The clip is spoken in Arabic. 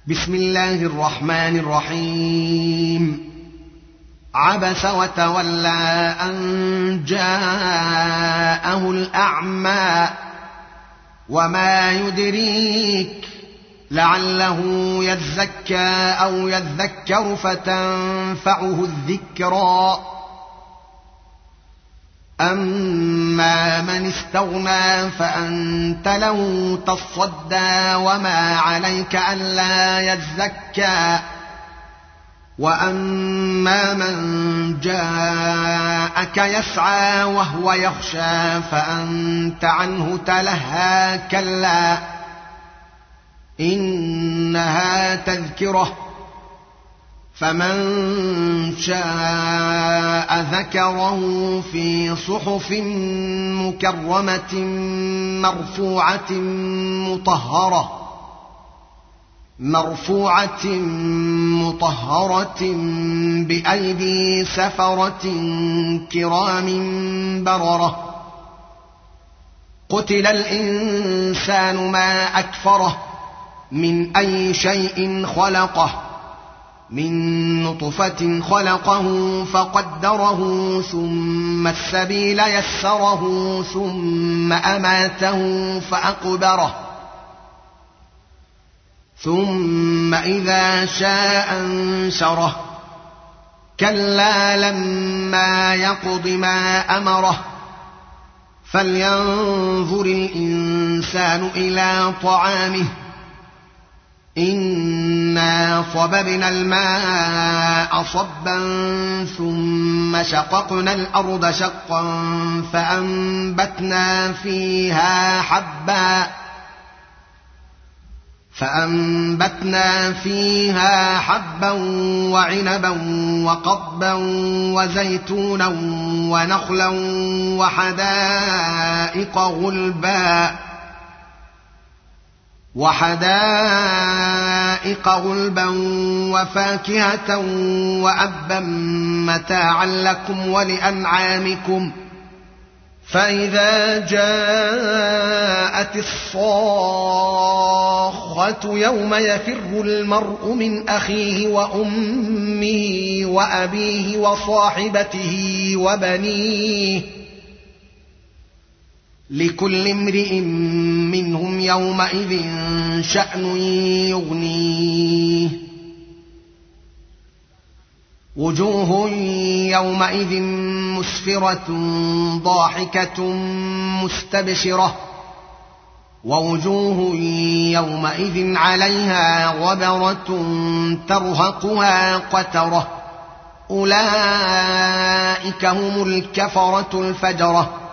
بسم الله الرحمن الرحيم. عبس وتولى أن جاءه الأعمى وما يدريك لعله يزكى أو يذكر فتنفعه الذكرى. أما من استغنى فأنت له تصدى وما عليك ألا يزكى. وأما من جاءك يسعى وهو يخشى فأنت عنه تلهى. كلا إنها تذكرة فمن شاء ذكره في صحف مكرمة مرفوعة مطهرة بأيدي سفرة كرام بررة. قتل الإنسان ما أكفره من أي شيء خلقه من نطفة خلقه فقدره ثم السبيل يسره ثم أماته فأقبره ثم إذا شاء أنشره. كلا لما يقض ما أمره فلينظر الإنسان إلى طعامه إنا صببنا الماء صبا ثم شققنا الأرض شقا فأنبتنا فيها حبا وعنبا وقضبا وزيتونا ونخلا وحدائق غلبا وفاكهة وأبا متاعا لكم ولأنعامكم. فإذا جاءت الصاخة يوم يفر المرء من أخيه وأمه وأبيه وصاحبته وبنيه لكل امرئ منهم يومئذ شأن يغنيه. وجوه يومئذ مسفرة ضاحكة مستبشرة ووجوه يومئذ عليها غبرة ترهقها قترة. أولئك هم الكفرة الفجرة.